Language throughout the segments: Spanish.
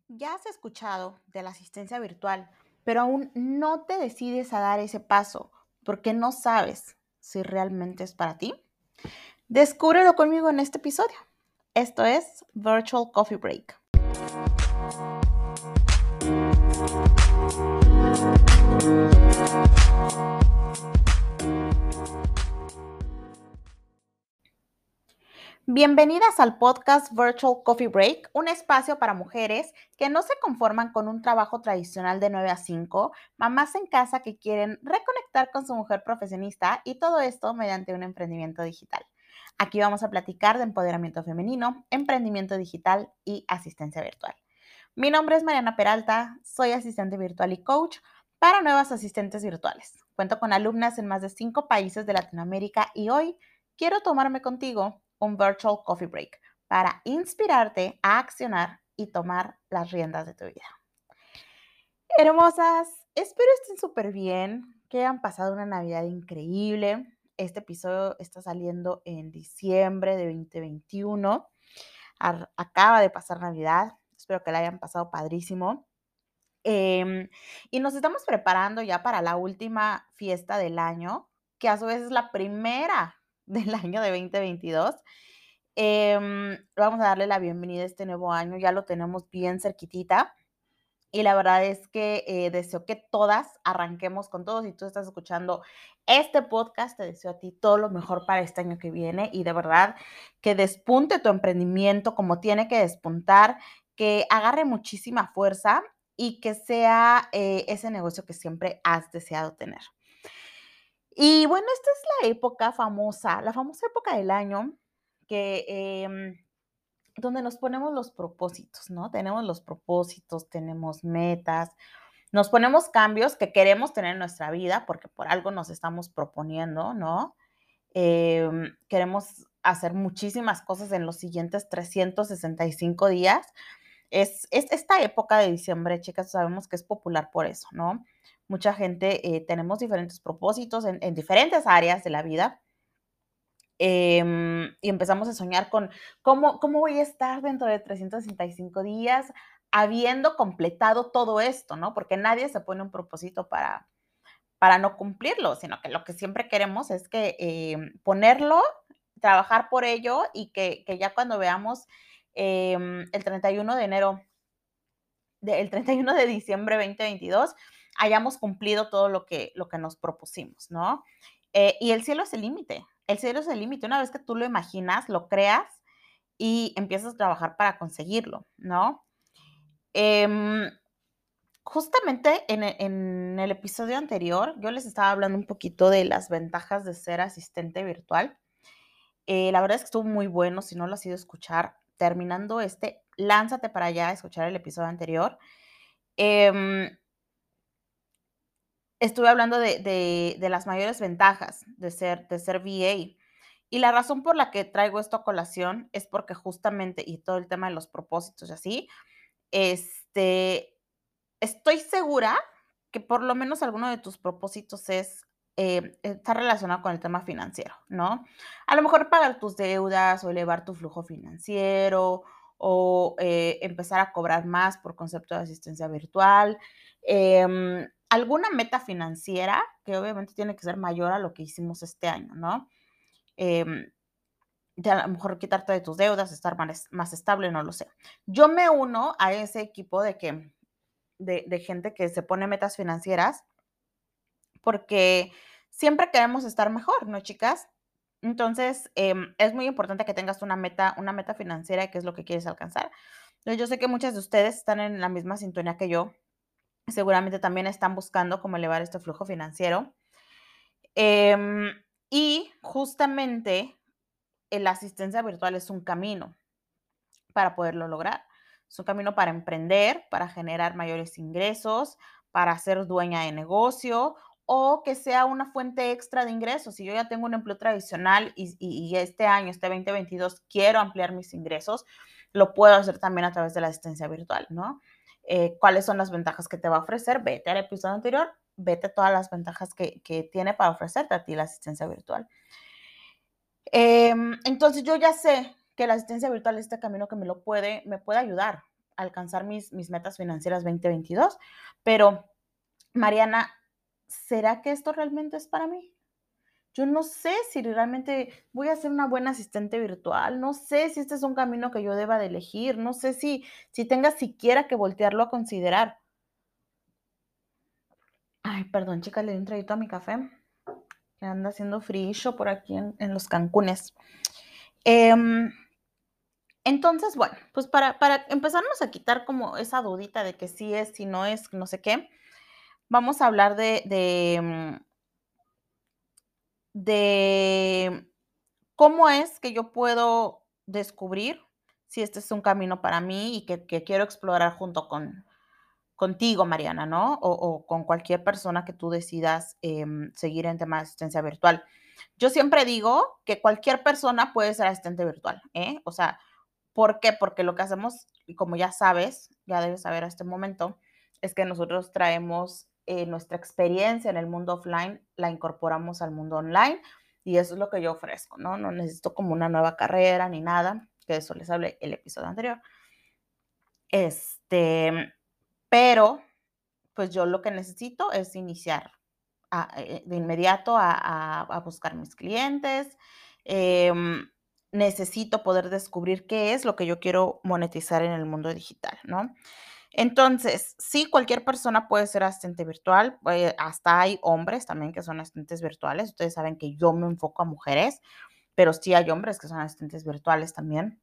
Ya has escuchado de la asistencia virtual, pero aún no te decides a dar ese paso porque no sabes si realmente es para ti. Descúbrelo conmigo en este episodio. Esto es Virtual Coffee Break. Bienvenidas al podcast Virtual Coffee Break, un espacio para mujeres que no se conforman con un trabajo tradicional de 9 a 5, mamás en casa que quieren reconectar con su mujer profesionista y todo esto mediante un emprendimiento digital. Aquí vamos a platicar de empoderamiento femenino, emprendimiento digital y asistencia virtual. Mi nombre es Mariana Peralta, soy asistente virtual y coach para nuevas asistentes virtuales. Cuento con alumnas en más de 5 países de Latinoamérica y hoy quiero tomarme contigo un virtual coffee break para inspirarte a accionar y tomar las riendas de tu vida. Hermosas, espero estén súper bien, que hayan pasado una Navidad increíble. Este episodio está saliendo en diciembre de 2021. Acaba de pasar Navidad. Espero que la hayan pasado padrísimo. Y nos estamos preparando ya para la última fiesta del año, que a su vez es la primera del año de 2022. Vamos a darle la bienvenida a este nuevo año, ya lo tenemos bien cerquitita. Y la verdad es que deseo que todas arranquemos con todo. Si tú estás escuchando este podcast, te deseo a ti todo lo mejor para este año que viene y de verdad que despunte tu emprendimiento como tiene que despuntar, que agarre muchísima fuerza y que sea ese negocio que siempre has deseado tener. Y bueno, esta es la famosa época del año que donde nos ponemos los propósitos, ¿no? Tenemos los propósitos, tenemos metas, nos ponemos cambios que queremos tener en nuestra vida porque por algo nos estamos proponiendo, ¿no? Queremos hacer muchísimas cosas en los siguientes 365 días. Es esta época de diciembre, chicas, sabemos que es popular por eso, ¿no? Mucha gente tenemos diferentes propósitos en diferentes áreas de la vida. Y empezamos a soñar con cómo voy a estar dentro de 365 días habiendo completado todo esto, ¿no? Porque nadie se pone un propósito para no cumplirlo, sino que lo que siempre queremos es que ponerlo, trabajar por ello y que ya cuando veamos el 31 de enero, el 31 de diciembre 2022, hayamos cumplido todo lo que nos propusimos, ¿no? Y el cielo es el límite. El cielo es el límite. Una vez que tú lo imaginas, lo creas y empiezas a trabajar para conseguirlo, ¿no? Em, Justamente en el episodio anterior, yo les estaba hablando un poquito de las ventajas de ser asistente virtual. La verdad es que estuvo muy bueno. Si no lo has ido a escuchar, terminando lánzate para allá a escuchar el episodio anterior. Em, Estuve hablando de las mayores ventajas de ser VA. Y la razón por la que traigo esto a colación es porque justamente, y todo el tema de los propósitos y así, este, estoy segura que por lo menos alguno de tus propósitos está relacionado con el tema financiero, ¿no? A lo mejor pagar tus deudas o elevar tu flujo financiero o empezar a cobrar más por concepto de asistencia virtual. Alguna meta financiera que obviamente tiene que ser mayor a lo que hicimos este año, ¿no? Em, de a lo mejor quitarte de tus deudas, estar más estable, no lo sé. Yo me uno a ese equipo de gente que se pone metas financieras, porque siempre queremos estar mejor, ¿no, chicas? Entonces, es muy importante que tengas una meta financiera, que es lo que quieres alcanzar. Entonces, yo sé que muchas de ustedes están en la misma sintonía que yo. Seguramente también están buscando cómo elevar este flujo financiero. Em, y justamente la asistencia virtual es un camino para poderlo lograr. Es un camino para emprender, para generar mayores ingresos, para ser dueña de negocio o que sea una fuente extra de ingresos. Si yo ya tengo un empleo tradicional y este año, este 2022, quiero ampliar mis ingresos, lo puedo hacer también a través de la asistencia virtual, ¿no? ¿Cuáles son las ventajas que te va a ofrecer? Vete al episodio anterior, vete todas las ventajas que tiene para ofrecerte a ti la asistencia virtual. Entonces yo ya sé que la asistencia virtual es este camino que me puede ayudar alcanzar mis metas financieras 2022. Pero, Mariana, ¿será que esto realmente es para mí? Yo no sé si realmente voy a ser una buena asistente virtual, no sé si este es un camino que yo deba de elegir, no sé si tenga siquiera que voltearlo a considerar. Ay, perdón, chicas, le di un traguito a mi café, que anda haciendo frío por aquí en los Cancunes. Em, entonces, bueno, pues para empezarnos a quitar como esa dudita de que sí es, si no es, no sé qué, vamos a hablar de cómo es que yo puedo descubrir si este es un camino para mí y que quiero explorar junto contigo, Mariana, ¿no? O con cualquier persona que tú decidas seguir en tema de asistencia virtual. Yo siempre digo que cualquier persona puede ser asistente virtual, ¿eh? O sea, ¿por qué? Porque lo que hacemos, y como ya sabes, ya debes saber a este momento, es que nosotros traemos nuestra experiencia en el mundo offline, la incorporamos al mundo online y eso es lo que yo ofrezco, ¿no? No necesito como una nueva carrera ni nada, que de eso les hablé el episodio anterior. Pero pues yo lo que necesito es iniciar de inmediato a buscar mis clientes. Necesito poder descubrir qué es lo que yo quiero monetizar en el mundo digital, ¿no? Entonces, sí, cualquier persona puede ser asistente virtual, hasta hay hombres también que son asistentes virtuales. Ustedes saben que yo me enfoco a mujeres, pero sí hay hombres que son asistentes virtuales también.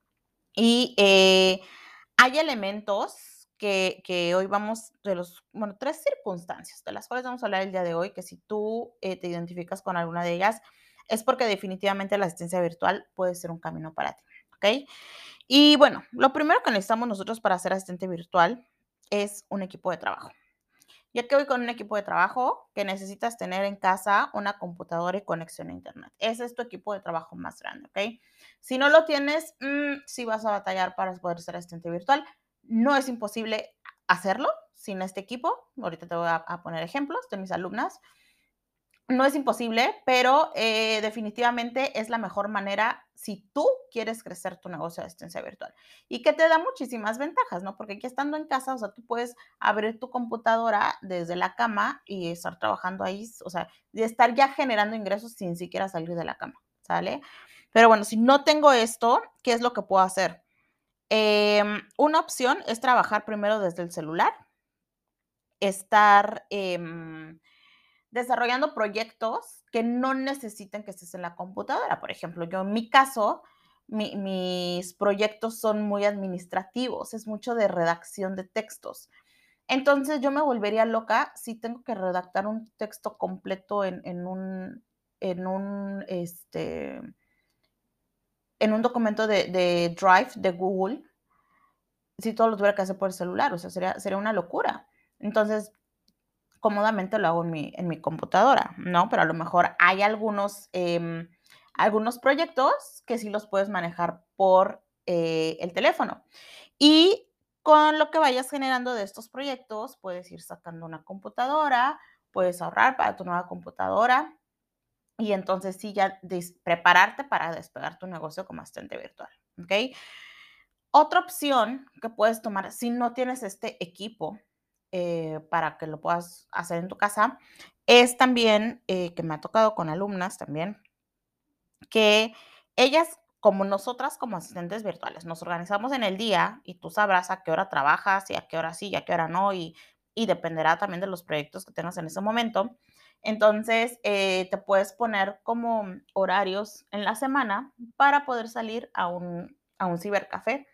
Y hay elementos que hoy vamos de los, bueno, 3 circunstancias, de las cuales vamos a hablar el día de hoy, que si tú, te identificas con alguna de ellas, es porque definitivamente la asistencia virtual puede ser un camino para ti, ¿okey? Y bueno, lo primero que necesitamos nosotros para ser asistente virtual es un equipo de trabajo. Ya que voy con un equipo de trabajo que necesitas tener en casa una computadora y conexión a Internet. Ese es tu equipo de trabajo más grande, ¿ok? Si no lo tienes, sí vas a batallar para poder ser asistente virtual. No es imposible hacerlo sin este equipo. Ahorita te voy a poner ejemplos de mis alumnas. No es imposible, pero definitivamente es la mejor manera si tú quieres crecer tu negocio de asistencia virtual y que te da muchísimas ventajas, ¿no? Porque aquí estando en casa, o sea, tú puedes abrir tu computadora desde la cama y estar trabajando ahí, o sea, de estar ya generando ingresos sin siquiera salir de la cama, ¿sale? Pero bueno, si no tengo esto, ¿qué es lo que puedo hacer? Una opción es trabajar primero desde el celular, estar desarrollando proyectos que no necesiten que estés en la computadora. Por ejemplo, yo en mi caso, mis proyectos son muy administrativos, es mucho de redacción de textos. Entonces yo me volvería loca si tengo que redactar un texto completo en un, este, en un documento de Drive de Google, si todo lo tuviera que hacer por el celular, o sea, sería una locura. Entonces, cómodamente lo hago en mi computadora, ¿no? Pero a lo mejor hay algunos proyectos que sí los puedes manejar por el teléfono. Y con lo que vayas generando de estos proyectos, puedes ir sacando una computadora, puedes ahorrar para tu nueva computadora y entonces sí ya prepararte para despegar tu negocio como asistente virtual, ¿ok? Otra opción que puedes tomar si no tienes este equipo para que lo puedas hacer en tu casa es también, que me ha tocado con alumnas también, que ellas, como nosotras, como asistentes virtuales, nos organizamos en el día y tú sabrás a qué hora trabajas y a qué hora sí y a qué hora no, y dependerá también de los proyectos que tengas en ese momento. Entonces, te puedes poner como horarios en la semana para poder salir a un cibercafé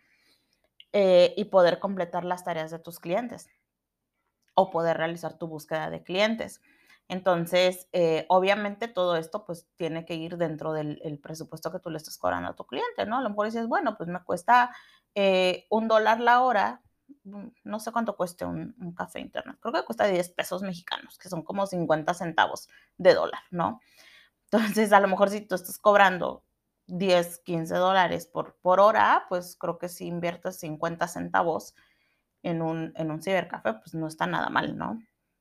y poder completar las tareas de tus clientes o poder realizar tu búsqueda de clientes. Entonces, obviamente todo esto pues tiene que ir dentro del el presupuesto que tú le estás cobrando a tu cliente, ¿no? A lo mejor dices, bueno, pues me cuesta $1 la hora, no sé cuánto cueste un café internet, creo que cuesta 10 pesos mexicanos, que son como 50 centavos de dólar, ¿no? Entonces, a lo mejor si tú estás cobrando 10, $15 por hora, pues creo que si inviertes 50 centavos en un cibercafé, pues no está nada mal, ¿no?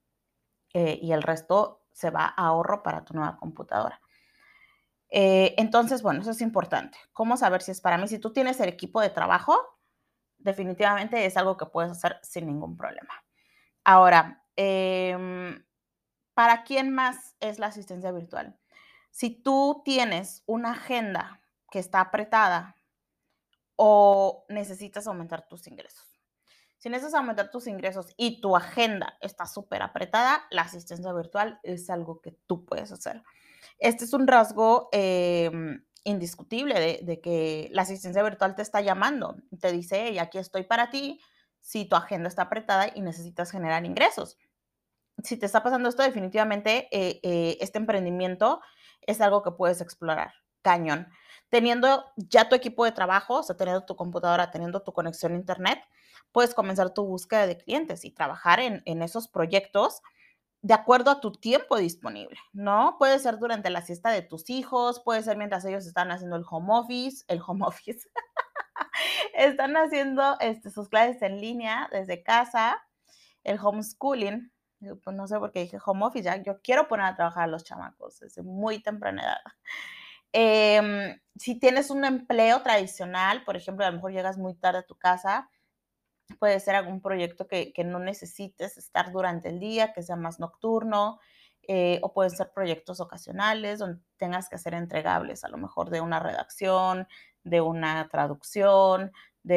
Y el resto se va a ahorro para tu nueva computadora. Entonces, bueno, eso es importante. ¿Cómo saber si es para mí? Si tú tienes el equipo de trabajo, definitivamente es algo que puedes hacer sin ningún problema. Ahora, ¿para quién más es la asistencia virtual? Si tú tienes una agenda que está apretada o necesitas aumentar tus ingresos. Si necesitas aumentar tus ingresos y tu agenda está súper apretada, la asistencia virtual es algo que tú puedes hacer. Este es un rasgo indiscutible de que la asistencia virtual te está llamando. Te dice, hey, aquí estoy para ti si tu agenda está apretada y necesitas generar ingresos. Si te está pasando esto, definitivamente este emprendimiento es algo que puedes explorar. Cañón. Teniendo ya tu equipo de trabajo, o sea, teniendo tu computadora, teniendo tu conexión a internet, puedes comenzar tu búsqueda de clientes y trabajar en esos proyectos de acuerdo a tu tiempo disponible, ¿no? Puede ser durante la siesta de tus hijos, puede ser mientras ellos están haciendo el home office, están haciendo sus clases en línea desde casa, el homeschooling. Pues no sé por qué dije home office, ya yo quiero poner a trabajar a los chamacos desde muy temprana edad. Si tienes un empleo tradicional, por ejemplo, a lo mejor llegas muy tarde a tu casa, puede ser algún proyecto que no necesites estar durante el día, que sea más nocturno, o pueden ser proyectos ocasionales donde tengas que hacer entregables, a lo mejor de una redacción, de una traducción,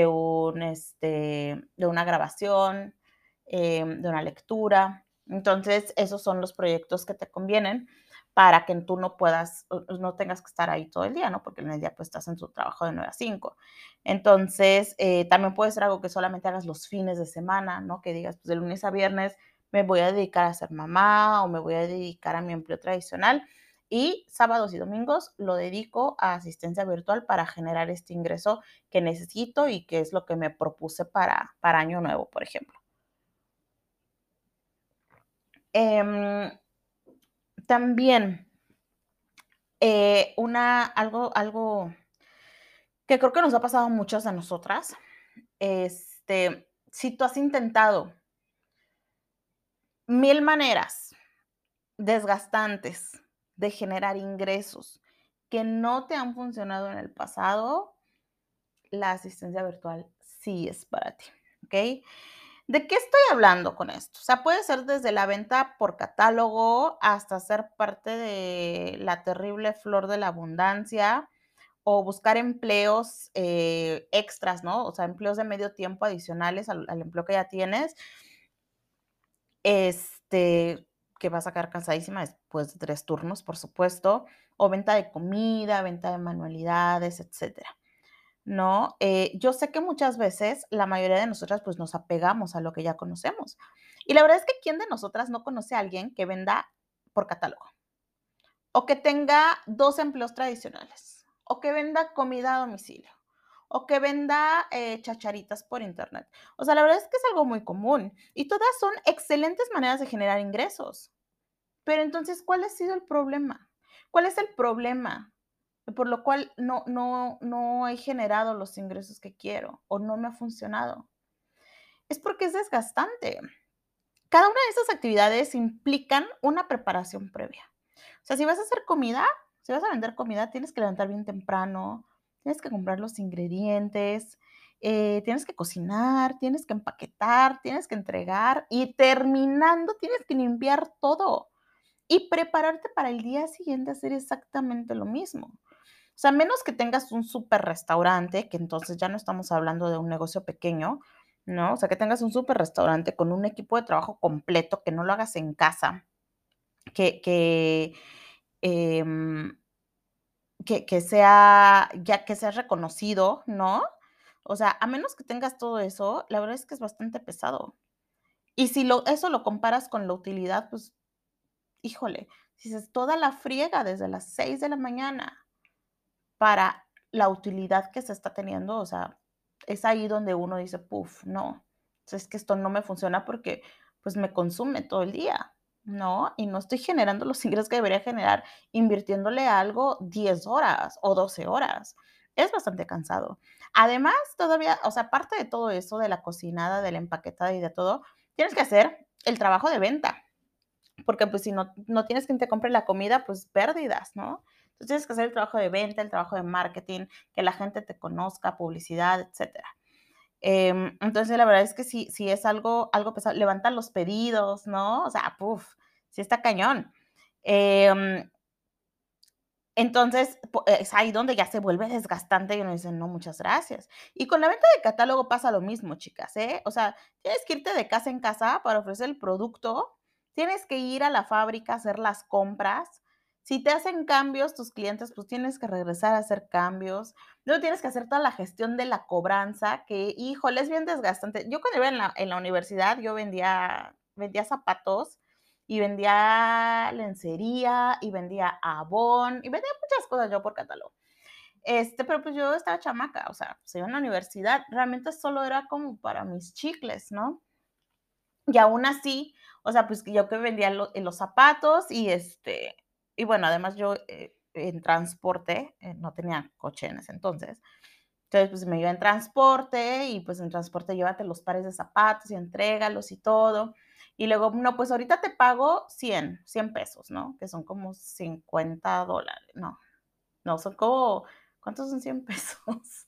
de una grabación, de una lectura. Entonces, esos son los proyectos que te convienen para que tú no puedas, no tengas que estar ahí todo el día, ¿no? Porque en el día pues estás en tu trabajo de 9 a 5. Entonces, también puede ser algo que solamente hagas los fines de semana, ¿no? Que digas, pues de lunes a viernes me voy a dedicar a ser mamá o me voy a dedicar a mi empleo tradicional y sábados y domingos lo dedico a asistencia virtual para generar este ingreso que necesito y que es lo que me propuse para Año Nuevo, por ejemplo. Em, también, algo que creo que nos ha pasado a muchas de nosotras, si tú has intentado 1000 maneras desgastantes de generar ingresos que no te han funcionado en el pasado, la asistencia virtual sí es para ti, ¿ok? ¿De qué estoy hablando con esto? O sea, puede ser desde la venta por catálogo hasta ser parte de la terrible flor de la abundancia o buscar empleos extras, ¿no? O sea, empleos de medio tiempo adicionales al empleo que ya tienes, que vas a quedar cansadísima después de 3 turnos, por supuesto, o venta de comida, venta de manualidades, etcétera, ¿no? Yo sé que muchas veces la mayoría de nosotras, pues, nos apegamos a lo que ya conocemos. Y la verdad es que, ¿quién de nosotras no conoce a alguien que venda por catálogo? O que tenga 2 empleos tradicionales, o que venda comida a domicilio, o que venda, chacharitas por Internet. O sea, la verdad es que es algo muy común, y todas son excelentes maneras de generar ingresos. Pero entonces, ¿cuál ha sido el problema? ¿Cuál es el problema por lo cual no he generado los ingresos que quiero o no me ha funcionado? Es porque es desgastante. Cada una de esas actividades implican una preparación previa. O sea, si vas a hacer comida, si vas a vender comida, tienes que levantar bien temprano, tienes que comprar los ingredientes, tienes que cocinar, tienes que empaquetar, tienes que entregar y terminando tienes que limpiar todo y prepararte para el día siguiente hacer exactamente lo mismo. O sea, a menos que tengas un súper restaurante, que entonces ya no estamos hablando de un negocio pequeño, ¿no? O sea, que tengas un súper restaurante con un equipo de trabajo completo, que no lo hagas en casa, que que, em, que sea ya que seas reconocido, ¿no? O sea, a menos que tengas todo eso, la verdad es que es bastante pesado. Y si eso lo comparas con la utilidad, pues, híjole, dices, toda la friega desde las 6 de la mañana para la utilidad que se está teniendo, o sea, es ahí donde uno dice: "Puf, no, o sea, es que esto no me funciona porque, pues, me consume todo el día", ¿no? Y no estoy generando los ingresos que debería generar invirtiéndole a algo 10 horas o 12 horas. Es bastante cansado. Además, todavía, o sea, aparte de todo eso, de la cocinada, de la empaquetada y de todo, tienes que hacer el trabajo de venta. Porque, pues, si no tienes quien te compre la comida, pues, pérdidas, ¿no? Entonces, tienes que hacer el trabajo de venta, el trabajo de marketing, que la gente te conozca, publicidad, etcétera. Entonces, la verdad es que sí es algo pesado. Levanta los pedidos, ¿no? O sea, puf, sí está cañón. Em, entonces, es ahí donde ya se vuelve desgastante y uno dice: "No, muchas gracias". Y con la venta de catálogo pasa lo mismo, chicas, ¿eh? O sea, tienes que irte de casa en casa para ofrecer el producto, tienes que ir a la fábrica a hacer las compras. Si te hacen cambios tus clientes, pues tienes que regresar a hacer cambios. Luego tienes que hacer toda la gestión de la cobranza, que, híjole, es bien desgastante. Yo cuando iba en la universidad, yo vendía zapatos y vendía lencería, y vendía Avon, y vendía muchas cosas yo por catálogo. Pero pues yo estaba chamaca, o sea, pues iba en la universidad, realmente solo era como para mis chicles, ¿no? Y aún así, o sea, pues yo que vendía los zapatos y bueno, además yo en transporte, no tenía coche en ese entonces, pues me iba en transporte y pues en transporte llévate los pares de zapatos y entrégalos y todo. Y luego, no, pues ahorita te pago 100 pesos, ¿no? Que son como $50. No, no, son como, ¿cuántos son 100 pesos?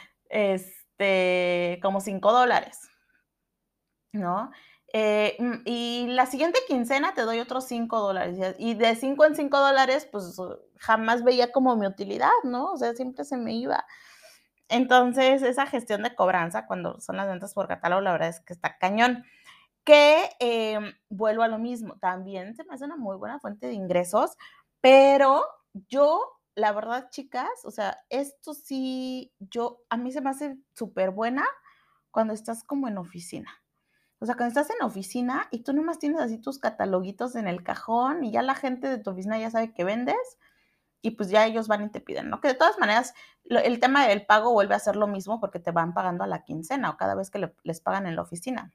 Como $5, ¿no? Y la siguiente quincena te doy otros $5. Y de 5 en $5, pues jamás veía como mi utilidad, ¿no? O sea, siempre se me iba. Entonces, esa gestión de cobranza, cuando son las ventas por catálogo, la verdad es que está cañón. Vuelvo a lo mismo, también se me hace una muy buena fuente de ingresos, pero yo, la verdad, chicas, o sea, esto sí, a mí se me hace súper buena cuando estás como en oficina. O sea, cuando estás en oficina y tú nomás tienes así tus cataloguitos en el cajón y ya la gente de tu oficina ya sabe que vendes y pues ya ellos van y te piden, ¿no? Que de todas maneras, el tema del pago vuelve a ser lo mismo porque te van pagando a la quincena o cada vez que les pagan en la oficina.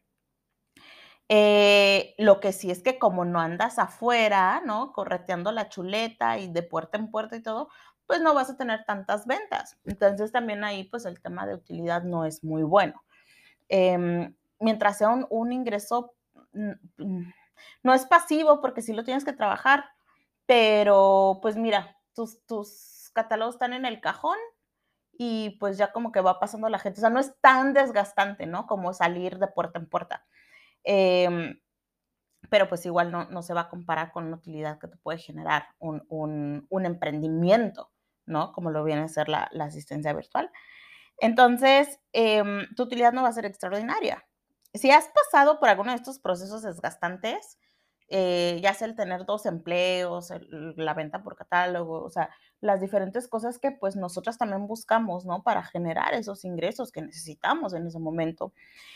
Lo que sí es que como no andas afuera, ¿no? Correteando la chuleta y de puerta en puerta y todo, pues no vas a tener tantas ventas. Entonces también ahí pues el tema de utilidad no es muy bueno. Mientras sea un ingreso, mm, mm, no es pasivo porque sí lo tienes que trabajar, pero pues mira, tus catálogos están en el cajón y pues ya como que va pasando la gente. O sea, no es tan desgastante, ¿no? Como salir de puerta en puerta. Em, pero pues igual no se va a comparar con una utilidad que te puede generar un emprendimiento, ¿no? Como lo viene a ser la asistencia virtual. Entonces, tu utilidad no va a ser extraordinaria. Si has pasado por alguno de estos procesos desgastantes, ya sea el tener 2 empleos, la venta por catálogo, o sea, las diferentes cosas que pues nosotras también buscamos, ¿no? Para generar esos ingresos que necesitamos en ese momento.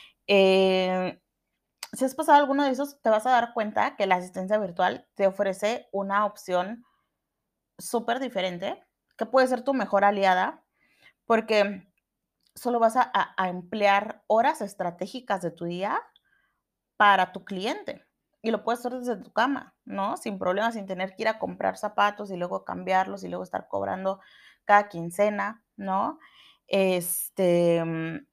Eh, si has pasado alguno de esos, te vas a dar cuenta que la asistencia virtual te ofrece una opción súper diferente, que puede ser tu mejor aliada, porque solo vas a emplear horas estratégicas de tu día para tu cliente y lo puedes hacer desde tu cama, ¿no? Sin problema, sin tener que ir a comprar zapatos y luego cambiarlos y luego estar cobrando cada quincena, ¿no? Este, mm,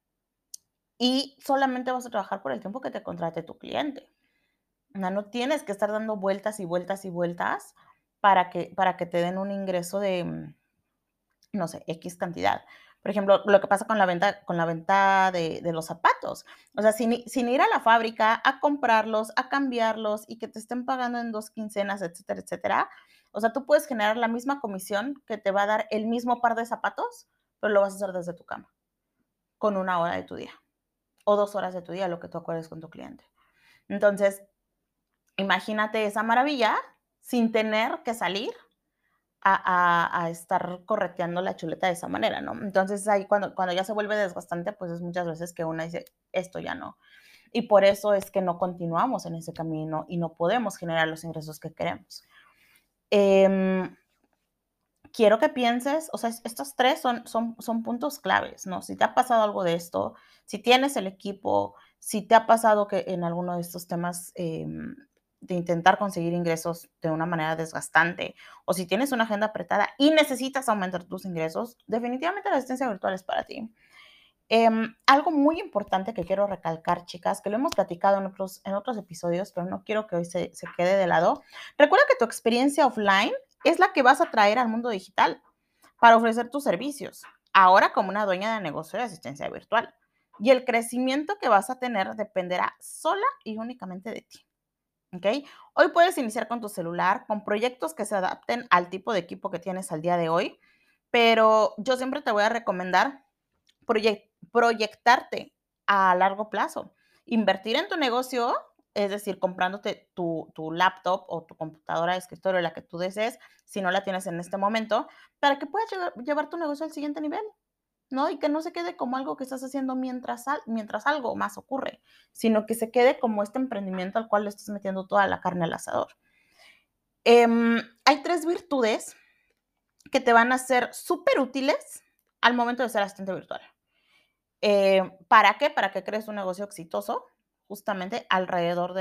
y solamente vas a trabajar por el tiempo que te contrate tu cliente. O sea, no tienes que estar dando vueltas y vueltas y vueltas para que te den un ingreso de, no sé, X cantidad. Por ejemplo, lo que pasa con la venta de los zapatos. O sea, sin ir a la fábrica a comprarlos, a cambiarlos y que te estén pagando en 2 quincenas, etcétera, etcétera. O sea, tú puedes generar la misma comisión que te va a dar el mismo par de zapatos, pero lo vas a hacer desde tu cama, con 1 hora de tu día, o 2 horas de tu día, lo que tú acuerdes con tu cliente. Entonces, imagínate esa maravilla sin tener que salir a estar correteando la chuleta de esa manera, ¿no? Entonces, ahí cuando ya se vuelve desgastante, pues, es muchas veces que uno dice: "Esto ya no". Y por eso es que no continuamos en ese camino y no podemos generar los ingresos que queremos. Em, quiero que pienses, o sea, estos 3 son puntos claves, ¿no? Si te ha pasado algo de esto, si tienes el equipo, si te ha pasado que en alguno de estos temas, de intentar conseguir ingresos de una manera desgastante, o si tienes una agenda apretada y necesitas aumentar tus ingresos, definitivamente la asistencia virtual es para ti. Algo muy importante que quiero recalcar, chicas, que lo hemos platicado en otros episodios, pero no quiero que hoy se quede de lado. Recuerda que tu experiencia offline es la que vas a traer al mundo digital para ofrecer tus servicios, ahora como una dueña de negocio de asistencia virtual. y el crecimiento que vas a tener dependerá sola y únicamente de ti. ¿Ok? Hoy puedes iniciar con tu celular, con proyectos que se adapten al tipo de equipo que tienes al día de hoy, pero yo siempre te voy a recomendar proyectarte a largo plazo. Invertir en tu negocio, es decir, comprándote tu laptop o tu computadora de escritorio, la que tú desees, si no la tienes en este momento, para que puedas llevar tu negocio al siguiente nivel, ¿no? Y que no se quede como algo que estás haciendo mientras algo más ocurre, sino que se quede como este emprendimiento al cual le estás metiendo toda la carne al asador. Hay 3 virtudes que te van a ser súper útiles al momento de ser asistente virtual. ¿Para qué? Para que crees un negocio exitoso, justamente alrededor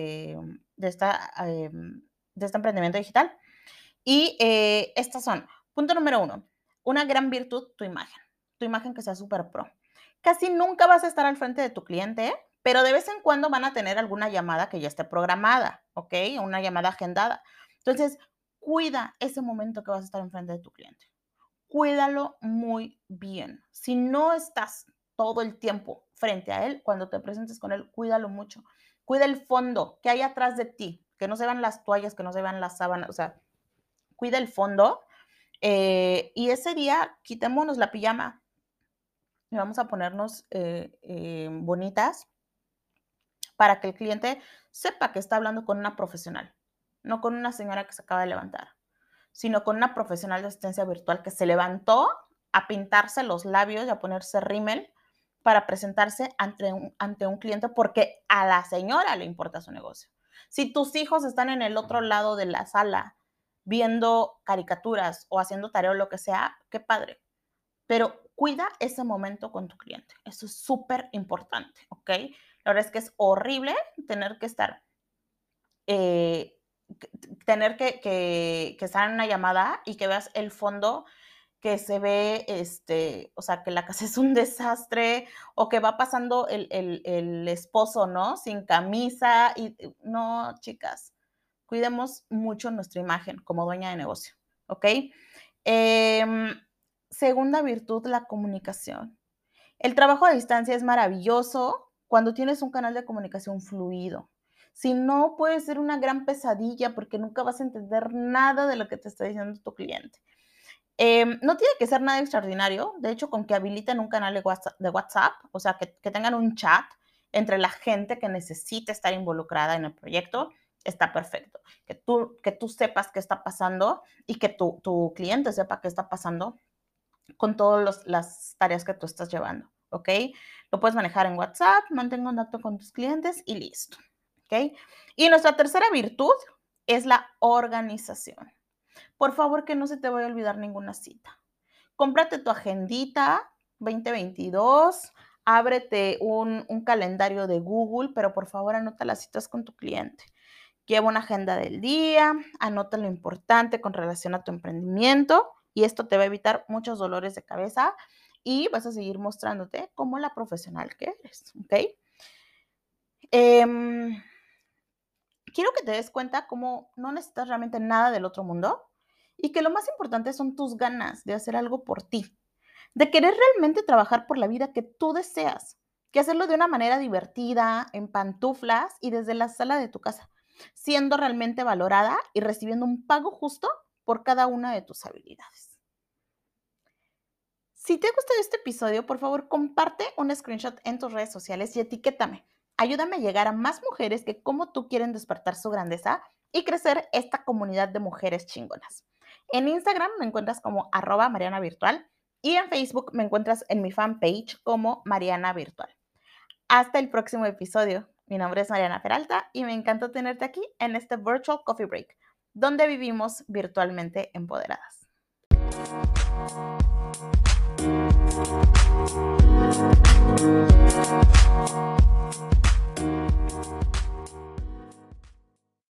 de este emprendimiento digital. Y estas son, punto número 1, una gran virtud, tu imagen que sea súper pro. Casi nunca vas a estar al frente de tu cliente, pero de vez en cuando van a tener alguna llamada que ya esté programada, ¿ok? Una llamada agendada. Entonces, cuida ese momento que vas a estar enfrente de tu cliente. Cuídalo muy bien. Si no estás todo el tiempo frente a él, cuando te presentes con él, cuídalo mucho. Cuida el fondo que hay atrás de ti, que no se vean las toallas, que no se vean las sábanas, o sea, cuida el fondo. Y ese día quitémonos la pijama y vamos a ponernos bonitas para que el cliente sepa que está hablando con una profesional, no con una señora que se acaba de levantar, sino con una profesional de asistencia virtual que se levantó a pintarse los labios y a ponerse rímel para presentarse ante un cliente porque a la señora le importa su negocio. Si tus hijos están en el otro lado de la sala viendo caricaturas o haciendo tarea o lo que sea, qué padre. Pero cuida ese momento con tu cliente. Eso es súper importante, ¿ok? La verdad es que es horrible tener que estar estar en una llamada y que veas el fondo que se ve, o sea, que la casa es un desastre o que va pasando el esposo, ¿no? Sin camisa y no, chicas, cuidemos mucho nuestra imagen como dueña de negocio, ¿ok? Em, Segunda virtud, la comunicación. El trabajo a distancia es maravilloso cuando tienes un canal de comunicación fluido. Si no, puede ser una gran pesadilla porque nunca vas a entender nada de lo que te está diciendo tu cliente. No tiene que ser nada extraordinario. De hecho, con que habiliten un canal de WhatsApp, o sea, que tengan un chat entre la gente que necesita estar involucrada en el proyecto, está perfecto. Que tú sepas qué está pasando y que tu cliente sepa qué está pasando con todas las tareas que tú estás llevando, ¿ok? Lo puedes manejar en WhatsApp, mantén contacto con tus clientes y listo, ¿ok? Y nuestra tercera virtud es la organización. Por favor, que no se te vaya a olvidar ninguna cita. Cómprate tu agendita 2022, ábrete un calendario de Google, pero por favor anota las citas con tu cliente. Lleva una agenda del día, anota lo importante con relación a tu emprendimiento y esto te va a evitar muchos dolores de cabeza y vas a seguir mostrándote como la profesional que eres, ¿ok? Quiero que te des cuenta cómo no necesitas realmente nada del otro mundo y que lo más importante son tus ganas de hacer algo por ti, de querer realmente trabajar por la vida que tú deseas, que hacerlo de una manera divertida, en pantuflas y desde la sala de tu casa, siendo realmente valorada y recibiendo un pago justo por cada una de tus habilidades. Si te ha gustado este episodio, por favor, comparte un screenshot en tus redes sociales y etiquétame. Ayúdame a llegar a más mujeres que como tú quieren despertar su grandeza y crecer esta comunidad de mujeres chingonas. En Instagram me encuentras como @marianavirtual y en Facebook me encuentras en mi fanpage como Mariana Virtual. Hasta el próximo episodio. Mi nombre es Mariana Peralta y me encantó tenerte aquí en este Virtual Coffee Break, donde vivimos virtualmente empoderadas.